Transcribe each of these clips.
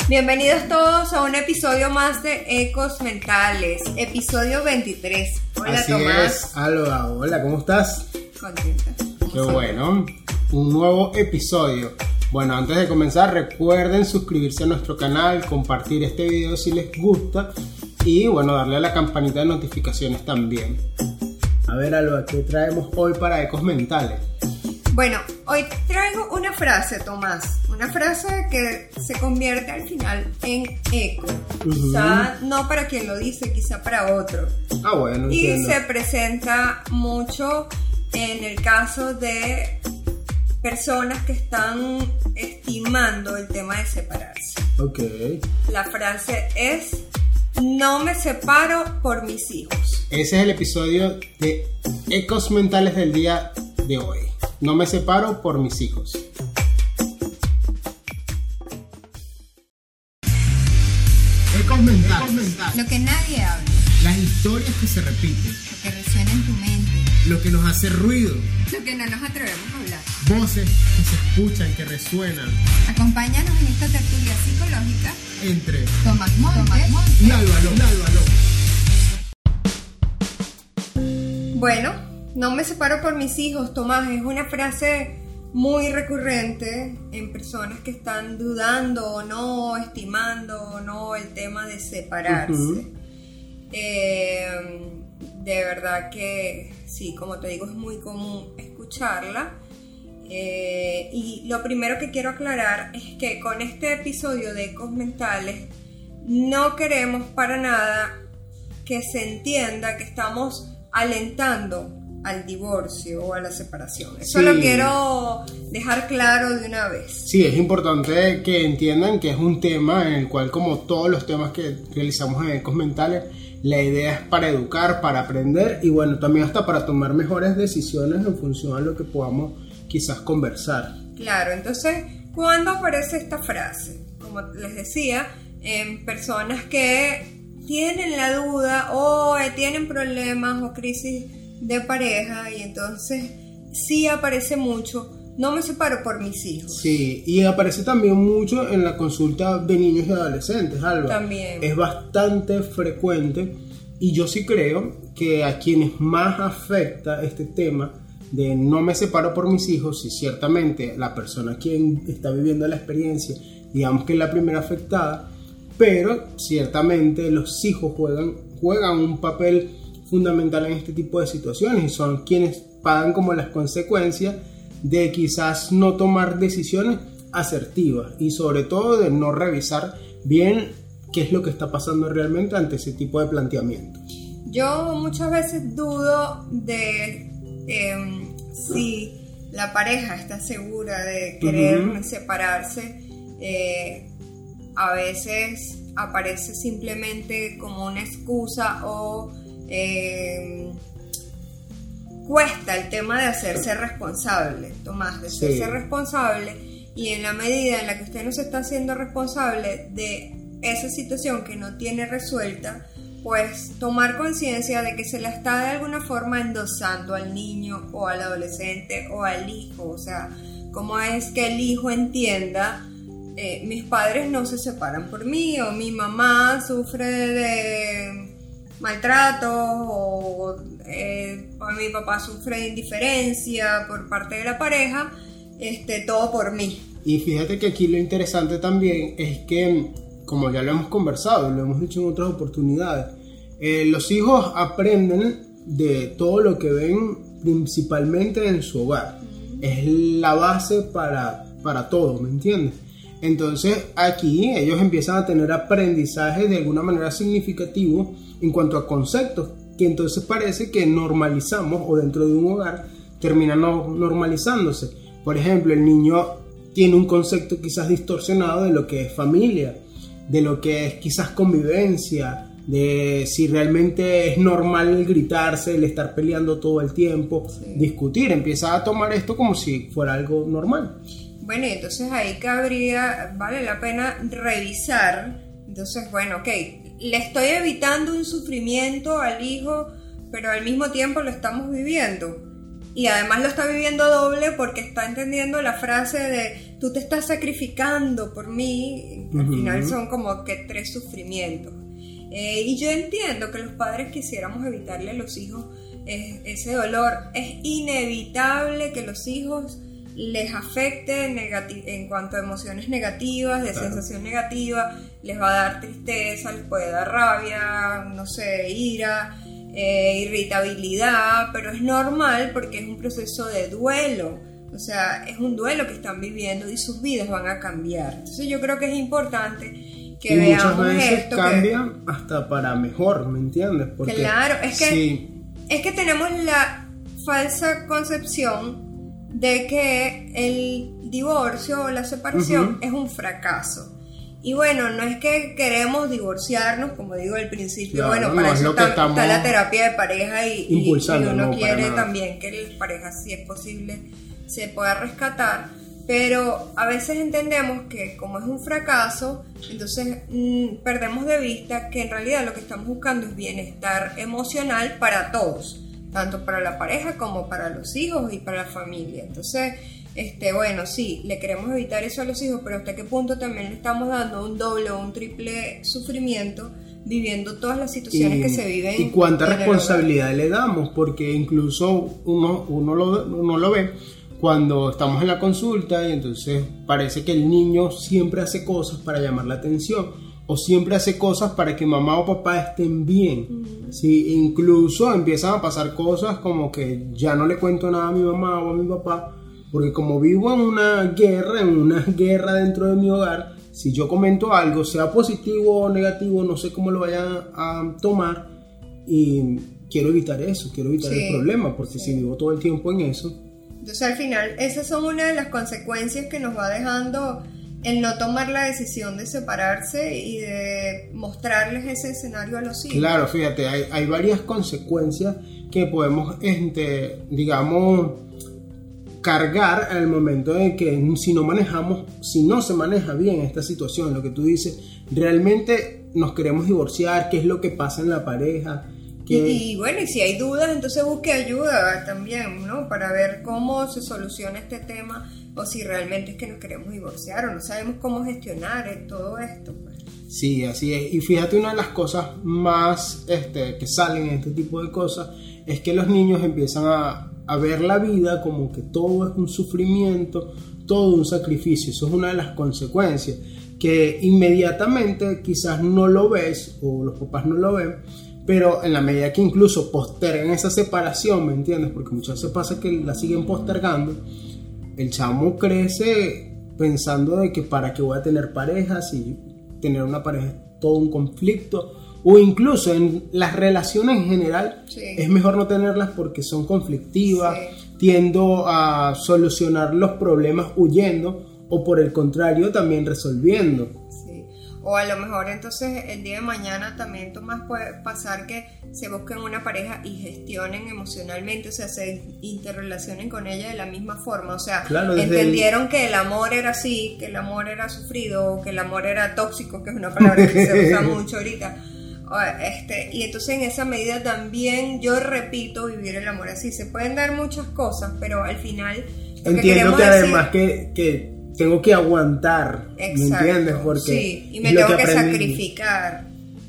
Bienvenidos todos a un episodio más de Ecos Mentales, episodio 23. Hola, así Tomás. Es, Alba, hola, ¿cómo estás? Contenta. Qué bueno, un nuevo episodio. Bueno, antes de comenzar, recuerden suscribirse a nuestro canal, compartir este video si les gusta y bueno, darle a la campanita de notificaciones también. A ver, Alba, ¿qué traemos hoy para Ecos Mentales? Bueno, hoy traigo una frase, Tomás. Una frase que se convierte al final en eco. Quizá no para quien lo dice, quizá para otro. Ah, bueno, y entiendo. se presenta mucho en el caso de personas que están estimando el tema de separarse. Ok. La frase es: no me separo por mis hijos. Ese es el episodio de Ecos Mentales del día de hoy. No me separo por mis hijos. Ecos Mentales. Lo que nadie habla, Las historias que se repiten. lo que resuena en tu mente, Lo que nos hace ruido. lo que no nos atrevemos a hablar. Voces que se escuchan, que resuenan. Acompáñanos en esta tertulia psicológica. Entre Tomás Montes y Álvaro. Bueno, no me separo por mis hijos, Tomás, es una frase muy recurrente en personas que están dudando o no, estimando o no el tema de separarse. De verdad que sí, como te digo, es muy común escucharla. Y lo primero que quiero aclarar es que con este episodio de Ecos Mentales no queremos para nada que se entienda que estamos alentando al divorcio o a la separación. Eso Sí. lo quiero dejar claro de una vez. Sí, es importante que entiendan que es un tema en el cual, como todos los temas que realizamos en Ecos Mentales, la idea es para educar, para aprender y bueno, también hasta para tomar mejores decisiones en función a lo que podamos quizás conversar. Claro, entonces, ¿cuándo aparece esta frase? Como les decía, en personas que tienen la duda o tienen problemas o crisis de pareja y entonces sí aparece mucho: no me separo por mis hijos. Sí, y aparece también mucho en la consulta de niños y adolescentes, Alba. También. Es bastante frecuente y yo sí creo que a quienes más afecta este tema de no me separo por mis hijos, y ciertamente la persona quien está viviendo la experiencia, digamos que es la primera afectada, pero ciertamente los hijos juegan un papel fundamental en este tipo de situaciones y son quienes pagan como las consecuencias de quizás no tomar decisiones asertivas y sobre todo de no revisar bien qué es lo que está pasando realmente ante ese tipo de planteamiento. Yo muchas veces dudo de si la pareja está segura de querer separarse. A veces aparece simplemente como una excusa o cuesta el tema de hacerse responsable, Tomás, de hacerse responsable, y en la medida en la que usted no se está haciendo responsable de esa situación que no tiene resuelta, pues tomar conciencia de que se la está de alguna forma endosando al niño o al adolescente o al hijo. O sea, cómo es que el hijo entienda: mis padres no se separan por mí, o mi mamá sufre de maltrato, o mi papá sufre de indiferencia por parte de la pareja, todo por mí. Y fíjate que aquí lo interesante también es que, como ya lo hemos conversado, lo hemos dicho en otras oportunidades, los hijos aprenden de todo lo que ven principalmente en su hogar. Es la base para todo, ¿me entiendes? Entonces aquí ellos empiezan a tener aprendizaje de alguna manera significativo en cuanto a conceptos que entonces parece que normalizamos, o dentro de un hogar terminan normalizándose. Por ejemplo, el niño tiene un concepto quizás distorsionado de lo que es familia, de lo que es quizás convivencia, de si realmente es normal el gritarse, el estar peleando todo el tiempo, discutir. Empieza a tomar esto como si fuera algo normal. Bueno, y entonces ahí vale la pena revisar. Entonces, bueno, ok, le estoy evitando un sufrimiento al hijo, pero al mismo tiempo lo estamos viviendo. Y además lo está viviendo doble porque está entendiendo la frase de tú te estás sacrificando por mí, al final son como que 3 sufrimientos. Y yo entiendo que los padres quisiéramos evitarle a los hijos ese dolor. Es inevitable que los hijos les afecte en cuanto a emociones negativas, de sensación negativa, les va a dar tristeza, les puede dar rabia, no sé, ira, irritabilidad, pero es normal porque es un proceso de duelo, o sea, es un duelo que están viviendo y sus vidas van a cambiar. Entonces yo creo que es importante que veamos muchas veces esto. Cambian hasta para mejor, ¿me entiendes? Porque, claro, es que tenemos la falsa concepción de que el divorcio o la separación es un fracaso. Y bueno, no es que queremos divorciarnos, como digo al principio, claro, bueno, para eso está la terapia de pareja y uno quiere también que las parejas, si es posible, se pueda rescatar, pero a veces entendemos que como es un fracaso, entonces perdemos de vista que en realidad lo que estamos buscando es bienestar emocional para todos, tanto para la pareja como para los hijos y para la familia. Entonces, bueno, sí, le queremos evitar eso a los hijos, pero hasta qué punto también le estamos dando un doble o un triple sufrimiento viviendo todas las situaciones que se viven. Y cuánta responsabilidad le damos, porque incluso uno lo ve cuando estamos en la consulta y entonces parece que el niño siempre hace cosas para llamar la atención o siempre hace cosas para que mamá o papá estén bien. Sí, incluso empiezan a pasar cosas como que ya no le cuento nada a mi mamá o a mi papá, porque como vivo en una guerra dentro de mi hogar, si yo comento algo, sea positivo o negativo, no sé cómo lo vayan a tomar, y quiero evitar eso, quiero evitar el problema, porque si vivo todo el tiempo en eso. Entonces al final esas son una de las consecuencias que nos va dejando el no tomar la decisión de separarse y de mostrarles ese escenario a los hijos. Claro, fíjate, hay varias consecuencias que podemos, digamos, cargar al momento de que si no se maneja bien esta situación, lo que tú dices, realmente nos queremos divorciar, qué es lo que pasa en la pareja. Y bueno, y si hay dudas, entonces busque ayuda también, ¿no? Para ver cómo se soluciona este tema, o si realmente es que nos queremos divorciar o no sabemos cómo gestionar todo esto, pues. Sí, así es. Y fíjate, una de las cosas más que salen en este tipo de cosas es que los niños empiezan a ver la vida como que todo es un sufrimiento, todo un sacrificio. Eso es una de las consecuencias, que inmediatamente quizás no lo ves o los papás no lo ven, pero en la medida que incluso postergan esa separación, ¿me entiendes? Porque muchas veces pasa que la siguen postergando, el chamo crece pensando de que para qué voy a tener parejas, y tener una pareja es todo un conflicto, o incluso en las relaciones en general es mejor no tenerlas porque son conflictivas, tiendo a solucionar los problemas huyendo o por el contrario también resolviendo. O a lo mejor entonces el día de mañana también, Tomás, puede pasar que se busquen una pareja y gestionen emocionalmente, o sea, se interrelacionen con ella de la misma forma, o sea, claro, entendieron que el amor era así, que el amor era sufrido, o que el amor era tóxico, que es una palabra que se usa mucho ahorita, y entonces en esa medida también yo repito, vivir el amor así. Se pueden dar muchas cosas, pero al final entiendo que además que tengo que aguantar. Exacto, ¿me entiendes? Porque sí, y me tengo que sacrificar.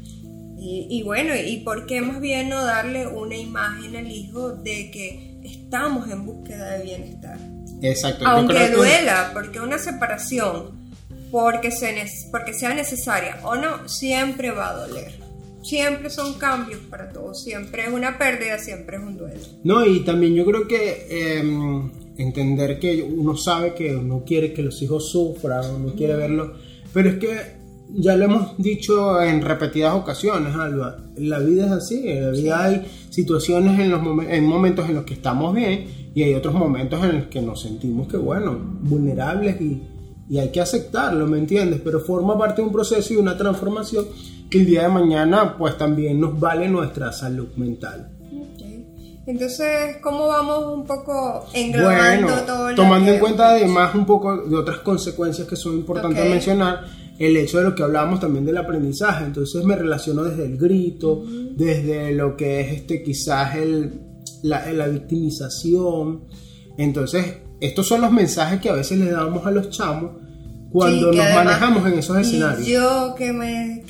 Y bueno, y por qué más bien no darle una imagen al hijo de que estamos en búsqueda de bienestar. Exacto. Aunque duela, porque una separación, porque sea necesaria o no, siempre va a doler. Siempre son cambios para todos, siempre es una pérdida, siempre es un duelo. No, y también yo creo que entender que uno sabe que uno quiere que los hijos sufran, uno quiere verlos, pero es que ya lo hemos dicho en repetidas ocasiones, Alba, la vida es así, en la vida hay situaciones en momentos en los que estamos bien y hay otros momentos en los que nos sentimos que, bueno, vulnerables y hay que aceptarlo, ¿me entiendes? Pero forma parte de un proceso y una transformación que el día de mañana pues también nos vale nuestra salud mental. Entonces, ¿cómo vamos un poco englobando todo? Tomando en cuenta además un poco de otras consecuencias que son importantes mencionar, el hecho de lo que hablábamos también del aprendizaje. Entonces me relaciono desde el grito, desde lo que es quizás la victimización. Entonces estos son los mensajes que a veces le damos a los chamos cuando nos además, manejamos en esos escenarios. Yo que me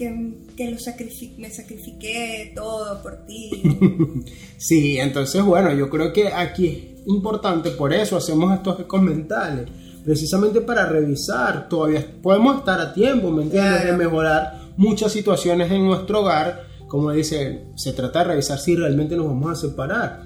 sacrifiqué todo por ti. Sí, entonces bueno, yo creo que aquí es importante, por eso hacemos estos ecos mentales, precisamente para revisar. Todavía podemos estar a tiempo, ¿me entiendes? Claro. De mejorar muchas situaciones en nuestro hogar. Como dice, se trata de revisar si realmente nos vamos a separar.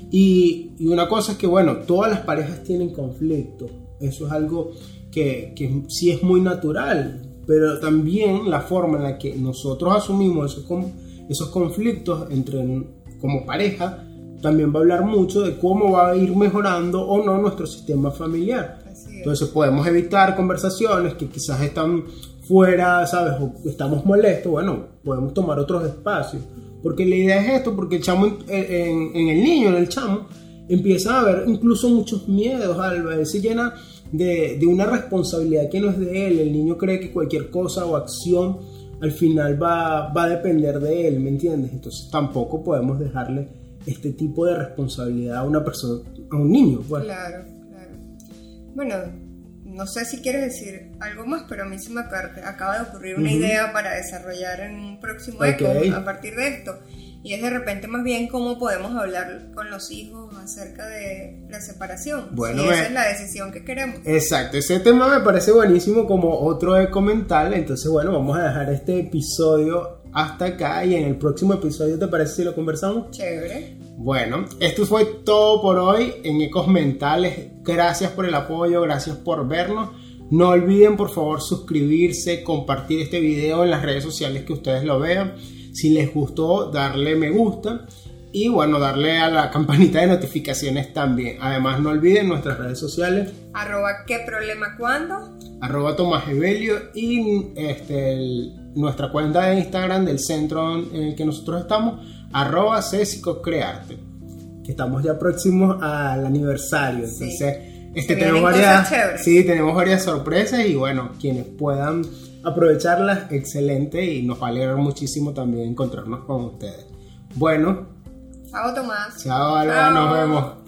Y una cosa es que, bueno, todas las parejas tienen conflictos. Eso es algo que sí es muy natural. Pero también la forma en la que nosotros asumimos esos conflictos como pareja también va a hablar mucho de cómo va a ir mejorando o no nuestro sistema familiar. Entonces podemos evitar conversaciones que quizás están fuera, ¿sabes? O estamos molestos. Bueno, podemos tomar otros espacios. Porque la idea es esto, porque el chamo, en el niño, en el chamo, empieza a haber incluso muchos miedos. Él se llena de una responsabilidad que no es de él. El niño cree que cualquier cosa o acción al final va a depender de él, ¿me entiendes? Entonces tampoco podemos dejarle este tipo de responsabilidad a una persona, a un niño. Pues. Claro. Bueno, no sé si quieres decir algo más, pero a mí se me acaba de ocurrir una idea para desarrollar en un próximo eco a partir de esto. Y es de repente más bien cómo podemos hablar con los hijos acerca de la separación. Bueno, si esa es la decisión que queremos. Exacto, ese tema me parece buenísimo como otro eco mental. Entonces, bueno, vamos a dejar este episodio hasta acá y en el próximo episodio, ¿te parece si lo conversamos? Chévere. Bueno, esto fue todo por hoy en Ecos Mentales. Gracias por el apoyo, gracias por vernos. No olviden por favor suscribirse, compartir este video en las redes sociales que ustedes lo vean. Si les gustó, darle me gusta y bueno, darle a la campanita de notificaciones también. Además, no olviden nuestras redes sociales. ¿Qué problema cuándo? @Tomás Evelio y nuestra cuenta de Instagram del centro en el que nosotros estamos, @CSicocrearte. Que estamos ya próximos al aniversario. Entonces, tenemos varias sorpresas y bueno, quienes puedan aprovecharlas, excelente, y nos va a alegrar muchísimo también encontrarnos con ustedes. Bueno, chao Tomás. Chao Alba, nos vemos.